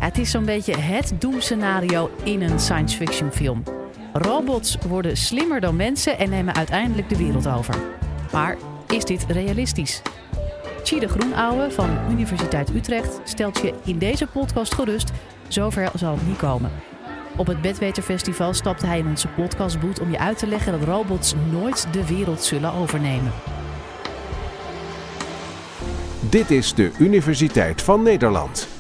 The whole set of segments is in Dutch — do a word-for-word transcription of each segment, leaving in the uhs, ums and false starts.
Het is zo'n beetje het doemscenario in een science fiction film. Robots worden slimmer dan mensen en nemen uiteindelijk de wereld over. Maar is dit realistisch? Tjide Groenouwe van Universiteit Utrecht stelt je in deze podcast gerust, zover zal het niet komen. Op het Bedweterfestival stapte hij in onze podcastboot om je uit te leggen dat robots nooit de wereld zullen overnemen. Dit is de Universiteit van Nederland.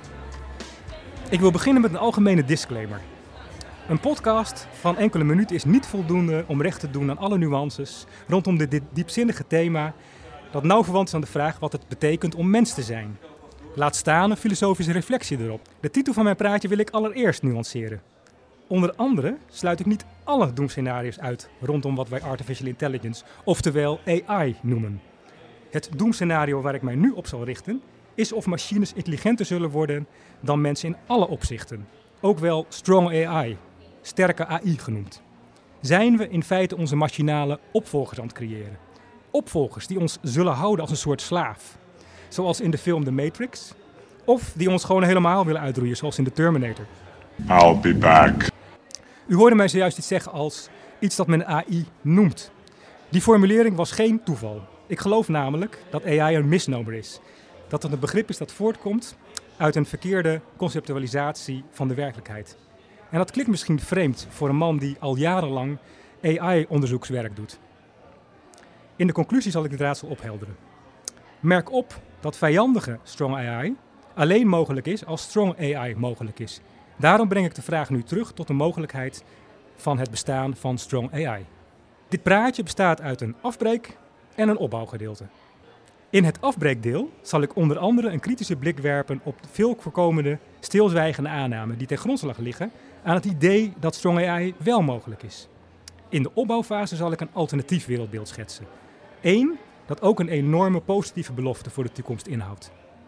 Ik wil beginnen met een algemene disclaimer. Een podcast van enkele minuten is niet voldoende om recht te doen aan alle nuances rondom dit diepzinnige thema dat nauw verwant is aan de vraag wat het betekent om mens te zijn. Laat staan een filosofische reflectie erop. De titel van mijn praatje wil ik allereerst nuanceren. Onder andere sluit ik niet alle doemscenario's uit rondom wat wij artificial intelligence, oftewel A I, noemen. Het doemscenario waar ik mij nu op zal richten is of machines intelligenter zullen worden dan mensen in alle opzichten. Ook wel strong A I, sterke A I genoemd. Zijn we in feite onze machinale opvolgers aan het creëren? Opvolgers die ons zullen houden als een soort slaaf, zoals in de film The Matrix, of die ons gewoon helemaal willen uitroeien, zoals in The Terminator. I'll be back. U hoorde mij zojuist iets zeggen als iets dat men A I noemt. Die formulering was geen toeval. Ik geloof namelijk dat A I een misnomer is. Dat het een begrip is dat voortkomt uit een verkeerde conceptualisatie van de werkelijkheid. En dat klinkt misschien vreemd voor een man die al jarenlang A I-onderzoekswerk doet. In de conclusie zal ik dit raadsel ophelderen. Merk op dat vijandige strong A I alleen mogelijk is als strong A I mogelijk is. Daarom breng ik de vraag nu terug tot de mogelijkheid van het bestaan van strong A I. Dit praatje bestaat uit een afbreek en een opbouwgedeelte. In het afbreekdeel zal ik onder andere een kritische blik werpen op de veel voorkomende stilzwijgende aannamen die ten grondslag liggen aan het idee dat strong A I wel mogelijk is. In de opbouwfase zal ik een alternatief wereldbeeld schetsen. Eén dat ook een enorme positieve belofte voor de toekomst inhoudt.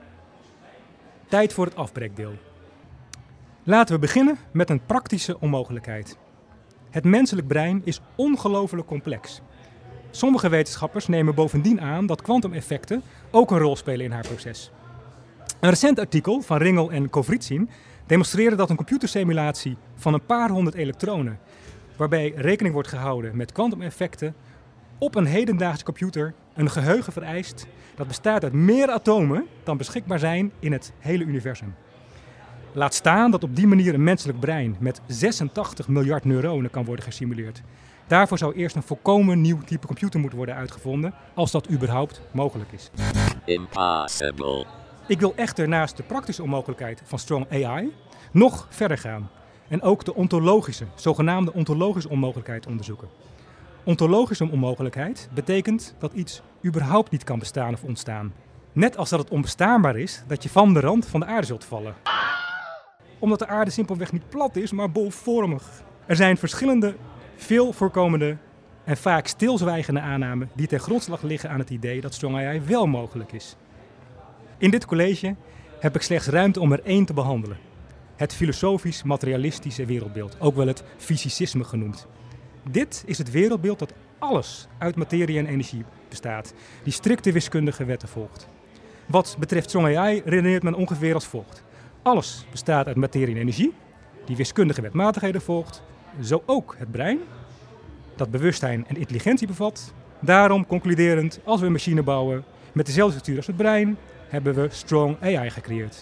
Tijd voor het afbreekdeel. Laten we beginnen met een praktische onmogelijkheid. Het menselijk brein is ongelooflijk complex. Sommige wetenschappers nemen bovendien aan dat kwantumeffecten ook een rol spelen in haar proces. Een recent artikel van Ringel en Kovritsin demonstreerde dat een computersimulatie van een paar honderd elektronen, waarbij rekening wordt gehouden met kwantumeffecten, op een hedendaagse computer een geheugen vereist dat bestaat uit meer atomen dan beschikbaar zijn in het hele universum. Laat staan dat op die manier een menselijk brein met zesentachtig miljard neuronen kan worden gesimuleerd. Daarvoor zou eerst een volkomen nieuw type computer moeten worden uitgevonden, als dat überhaupt mogelijk is. Impossible. Ik wil echter naast de praktische onmogelijkheid van strong A I nog verder gaan. En ook de ontologische, zogenaamde ontologische onmogelijkheid onderzoeken. Ontologische onmogelijkheid betekent dat iets überhaupt niet kan bestaan of ontstaan. Net als dat het onbestaanbaar is dat je van de rand van de aarde zult vallen. Omdat de aarde simpelweg niet plat is, maar bolvormig. Er zijn verschillende, veel voorkomende en vaak stilzwijgende aannamen die ten grondslag liggen aan het idee dat strong A I wel mogelijk is. In dit college heb ik slechts ruimte om er één te behandelen. Het filosofisch-materialistische wereldbeeld, ook wel het fysicisme genoemd. Dit is het wereldbeeld dat alles uit materie en energie bestaat, die strikte wiskundige wetten volgt. Wat betreft strong A I redeneert men ongeveer als volgt. Alles bestaat uit materie en energie, die wiskundige wetmatigheden volgt, zo ook het brein, dat bewustzijn en intelligentie bevat. Daarom, concluderend, als we een machine bouwen met dezelfde structuur als het brein, hebben we strong A I gecreëerd.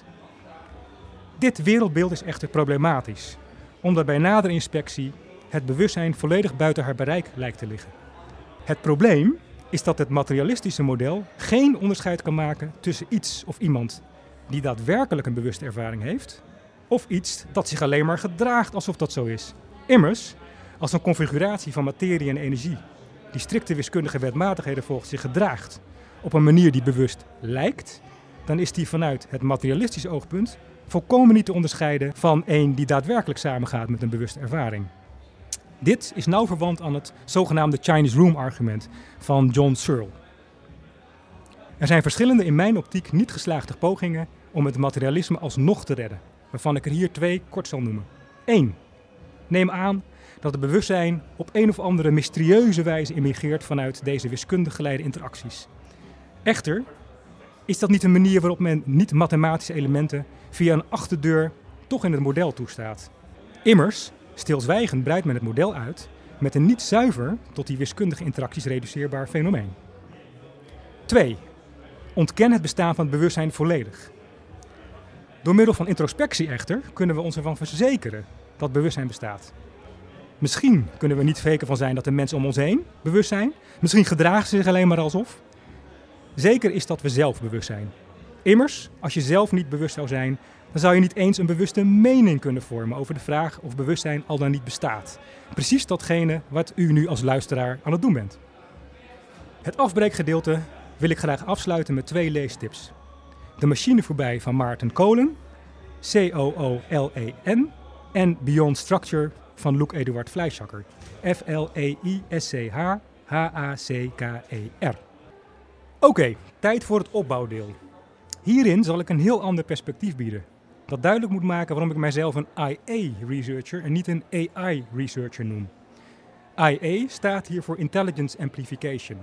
Dit wereldbeeld is echter problematisch, omdat bij nadere inspectie het bewustzijn volledig buiten haar bereik lijkt te liggen. Het probleem is dat het materialistische model geen onderscheid kan maken tussen iets of iemand die daadwerkelijk een bewuste ervaring heeft, of iets dat zich alleen maar gedraagt alsof dat zo is. Immers, als een configuratie van materie en energie die strikte wiskundige wetmatigheden volgt zich gedraagt op een manier die bewust lijkt, dan is die vanuit het materialistische oogpunt volkomen niet te onderscheiden van een die daadwerkelijk samengaat met een bewuste ervaring. Dit is nauw verwant aan het zogenaamde Chinese Room argument van John Searle. Er zijn verschillende in mijn optiek niet geslaagde pogingen om het materialisme alsnog te redden, waarvan ik er hier twee kort zal noemen. Eén. Neem aan dat het bewustzijn op een of andere mysterieuze wijze emigreert vanuit deze wiskundig geleide interacties. Echter is dat niet een manier waarop men niet-mathematische elementen via een achterdeur toch in het model toestaat. Immers, stilzwijgend breidt men het model uit met een niet zuiver tot die wiskundige interacties reduceerbaar fenomeen. twee. Ontken het bestaan van het bewustzijn volledig. Door middel van introspectie echter kunnen we ons ervan verzekeren dat bewustzijn bestaat. Misschien kunnen we niet zeker van zijn dat de mensen om ons heen bewust zijn. Misschien gedragen ze zich alleen maar alsof. Zeker is dat we zelf bewust zijn. Immers, als je zelf niet bewust zou zijn, dan zou je niet eens een bewuste mening kunnen vormen over de vraag of bewustzijn al dan niet bestaat. Precies datgene wat u nu als luisteraar aan het doen bent. Het afbreekgedeelte wil ik graag afsluiten met twee leestips. De Machine voorbij van Maarten Kolen, C O O L E N, en Beyond Structure van Luc Eduard Fleischacker, F L E I S C H H A C K E R. Oké, okay, tijd voor het opbouwdeel. Hierin zal ik een heel ander perspectief bieden. Dat duidelijk moet maken waarom ik mijzelf een I A-researcher en niet een A I-researcher noem. I A staat hier voor Intelligence Amplification.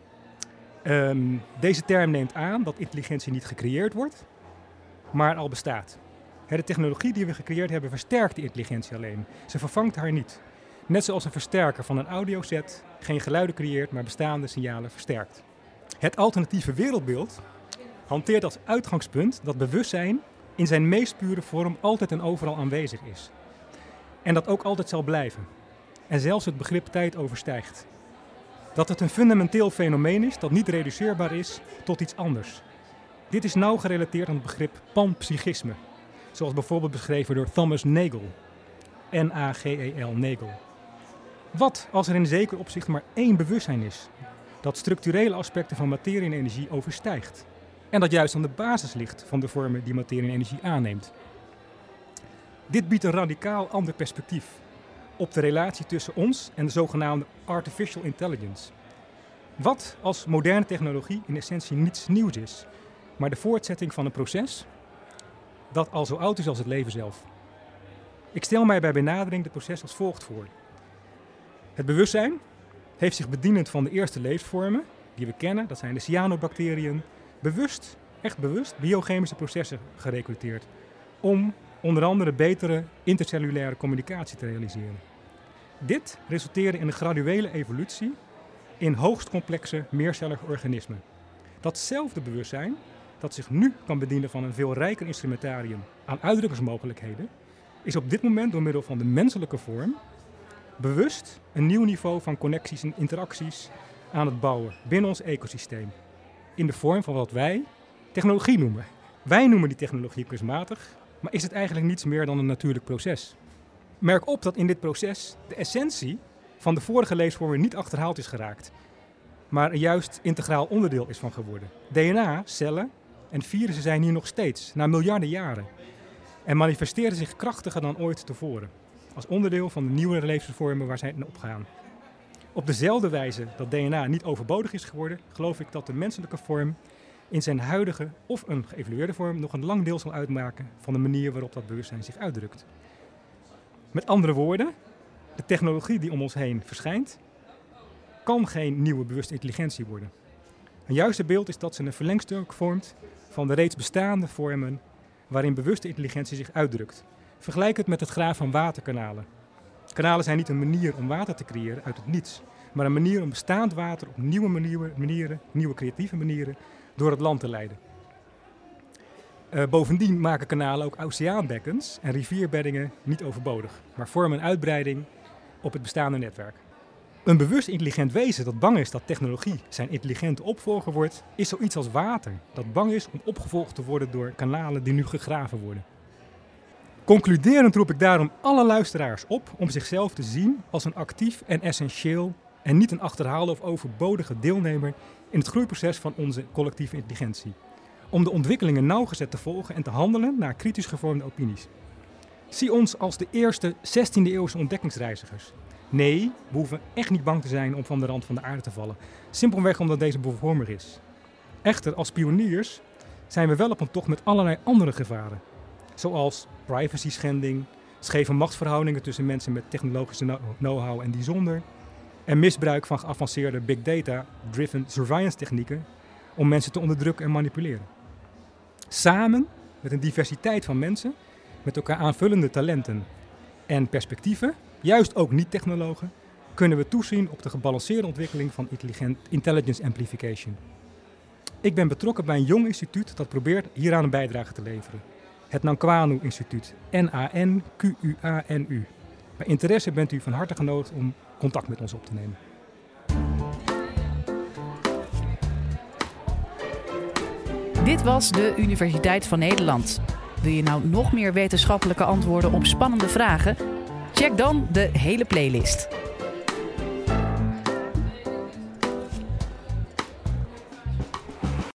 Um, deze term neemt aan dat intelligentie niet gecreëerd wordt, maar al bestaat. De technologie die we gecreëerd hebben versterkt die intelligentie alleen. Ze vervangt haar niet. Net zoals een versterker van een audioset geen geluiden creëert, maar bestaande signalen versterkt. Het alternatieve wereldbeeld hanteert als uitgangspunt dat bewustzijn in zijn meest pure vorm altijd en overal aanwezig is. En dat ook altijd zal blijven. En zelfs het begrip tijd overstijgt. Dat het een fundamenteel fenomeen is dat niet reduceerbaar is tot iets anders. Dit is nauw gerelateerd aan het begrip panpsychisme. Zoals bijvoorbeeld beschreven door Thomas Nagel. N A G E L, Nagel. Wat als er in zeker opzicht maar één bewustzijn is? Dat structurele aspecten van materie en energie overstijgt. En dat juist aan de basis ligt van de vormen die materie en energie aanneemt. Dit biedt een radicaal ander perspectief op de relatie tussen ons en de zogenaamde artificial intelligence. Wat als moderne technologie in essentie niets nieuws is, maar de voortzetting van een proces dat al zo oud is als het leven zelf. Ik stel mij bij benadering dit proces als volgt voor. Het bewustzijn heeft zich bedienend van de eerste levensvormen die we kennen, dat zijn de cyanobacteriën, bewust, echt bewust, biochemische processen gerecruiteerd om onder andere betere intercellulaire communicatie te realiseren. Dit resulteerde in een graduele evolutie in hoogst complexe meercellige organismen. Datzelfde bewustzijn dat zich nu kan bedienen van een veel rijker instrumentarium aan uitdrukkingsmogelijkheden, is op dit moment door middel van de menselijke vorm bewust een nieuw niveau van connecties en interacties aan het bouwen binnen ons ecosysteem. In de vorm van wat wij technologie noemen. Wij noemen die technologie kunstmatig, maar is het eigenlijk niets meer dan een natuurlijk proces. Merk op dat in dit proces de essentie van de vorige levensvormen niet achterhaald is geraakt, maar er juist integraal onderdeel is van geworden. D N A, cellen en virussen zijn hier nog steeds, na miljarden jaren, en manifesteren zich krachtiger dan ooit tevoren, als onderdeel van de nieuwe levensvormen waar zij in opgaan. Op dezelfde wijze dat D N A niet overbodig is geworden, geloof ik dat de menselijke vorm in zijn huidige of een geëvolueerde vorm nog een lang deel zal uitmaken van de manier waarop dat bewustzijn zich uitdrukt. Met andere woorden, de technologie die om ons heen verschijnt, kan geen nieuwe bewuste intelligentie worden. Een juiste beeld is dat ze een verlengstuk vormt van de reeds bestaande vormen waarin bewuste intelligentie zich uitdrukt. Vergelijk het met het graven van waterkanalen. Kanalen zijn niet een manier om water te creëren uit het niets, maar een manier om bestaand water op nieuwe manieren, manieren nieuwe creatieve manieren, door het land te leiden. Uh, bovendien maken kanalen ook oceaanbekkens en rivierbeddingen niet overbodig, maar vormen een uitbreiding op het bestaande netwerk. Een bewust intelligent wezen dat bang is dat technologie zijn intelligente opvolger wordt, is zoiets als water dat bang is om opgevolgd te worden door kanalen die nu gegraven worden. Concluderend roep ik daarom alle luisteraars op om zichzelf te zien als een actief en essentieel en niet een achterhaalde of overbodige deelnemer in het groeiproces van onze collectieve intelligentie. Om de ontwikkelingen nauwgezet te volgen en te handelen naar kritisch gevormde opinies. Zie ons als de eerste zestiende eeuwse ontdekkingsreizigers. Nee, we hoeven echt niet bang te zijn om van de rand van de aarde te vallen. Simpelweg omdat deze bevormig is. Echter, als pioniers zijn we wel op een tocht met allerlei andere gevaren. Zoals privacy-schending, scheve machtsverhoudingen tussen mensen met technologische know-how en die zonder. En misbruik van geavanceerde big data-driven surveillance technieken om mensen te onderdrukken en manipuleren. Samen met een diversiteit van mensen Met elkaar aanvullende talenten en perspectieven, juist ook niet-technologen, kunnen we toezien op de gebalanceerde ontwikkeling van intelligent intelligence amplification. Ik ben betrokken bij een jong instituut dat probeert hieraan een bijdrage te leveren. Het Nankwano Instituut, N A N Q U A N U. Bij interesse bent u van harte genodigd om contact met ons op te nemen. Dit was de Universiteit van Nederland. Wil je nou nog meer wetenschappelijke antwoorden op spannende vragen? Check dan de hele playlist.